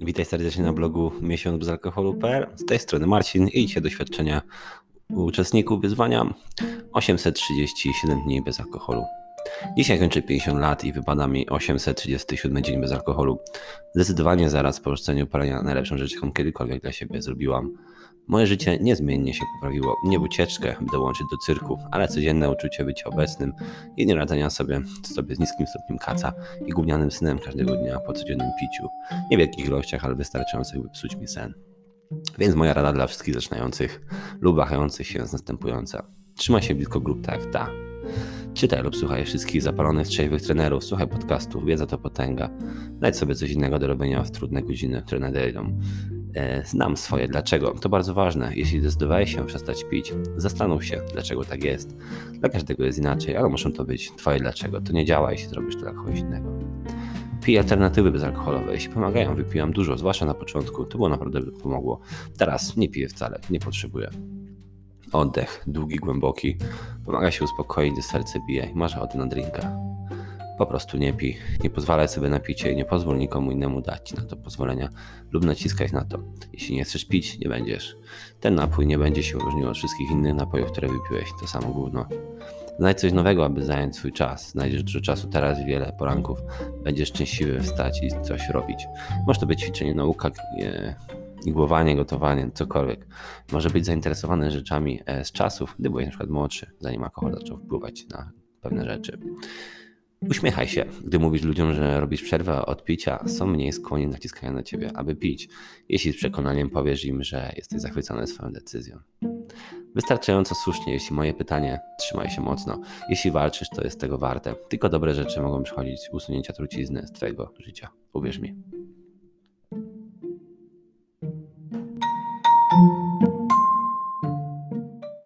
Witaj serdecznie na blogu miesiąc bez alkoholu.pl. Z tej strony Marcin i dzisiaj doświadczenia uczestników wyzwania 837 dni bez alkoholu. Dzisiaj kończę 50 lat i wypada mi 837 dzień bez alkoholu. Zdecydowanie zaraz po rzuceniu palenia najlepszą rzecz, jaką kiedykolwiek dla siebie zrobiłam. Moje życie niezmiennie się poprawiło. Nie w ucieczkę, by dołączyć do cyrku, ale codzienne uczucie bycia obecnym i nie radzenia sobie z niskim stopniem kaca i gównianym snem każdego dnia po codziennym piciu. Nie w wielkich ilościach, ale wystarczających, by psuć mi sen. Więc moja rada dla wszystkich zaczynających lub wahających się jest następująca. Trzymaj się blisko grup tak jak ta. Czytaj lub słuchaj wszystkich zapalonych, trzeźwych trenerów, słuchaj podcastów, wiedza to potęga. Znajdź sobie coś innego do robienia w trudne godziny, które nadejdą. Znam swoje dlaczego. To bardzo ważne. Jeśli zdecydowałeś się przestać pić, zastanów się, dlaczego tak jest. Dla każdego jest inaczej, ale muszą to być twoje dlaczego. To nie działa, jeśli zrobisz to dla kogoś innego. Pij alternatywy bezalkoholowe. Jeśli pomagają, wypiłam dużo, zwłaszcza na początku. To było naprawdę pomogło. Teraz nie piję wcale, nie potrzebuję. Oddech, długi, głęboki. Pomaga się uspokoić, gdy serce bije i masz ochotę na drinka. Po prostu nie pij, nie pozwalaj sobie na picie i nie pozwól nikomu innemu dać ci na to pozwolenia lub naciskać na to. Jeśli nie chcesz pić, nie będziesz. Ten napój nie będzie się różnił od wszystkich innych napojów, które wypiłeś, to samo gówno. Znajdź coś nowego, aby zająć swój czas. Znajdziesz dużo czasu teraz, wiele poranków. Będziesz szczęśliwy wstać i coś robić. Może to być ćwiczenie, nauka, igłowanie, gotowanie, cokolwiek. Może być zainteresowany rzeczami z czasów, gdy byłeś na przykład młodszy, zanim alkohol zaczął wpływać na pewne rzeczy. Uśmiechaj się, gdy mówisz ludziom, że robisz przerwę od picia, są mniej skłonni naciskania na ciebie, aby pić, jeśli z przekonaniem powiesz im, że jesteś zachwycony swoją decyzją. Wystarczająco słusznie, jeśli moje pytanie, trzymaj się mocno. Jeśli walczysz, to jest tego warte. Tylko dobre rzeczy mogą przychodzić z usunięcia trucizny z twojego życia. Uwierz mi.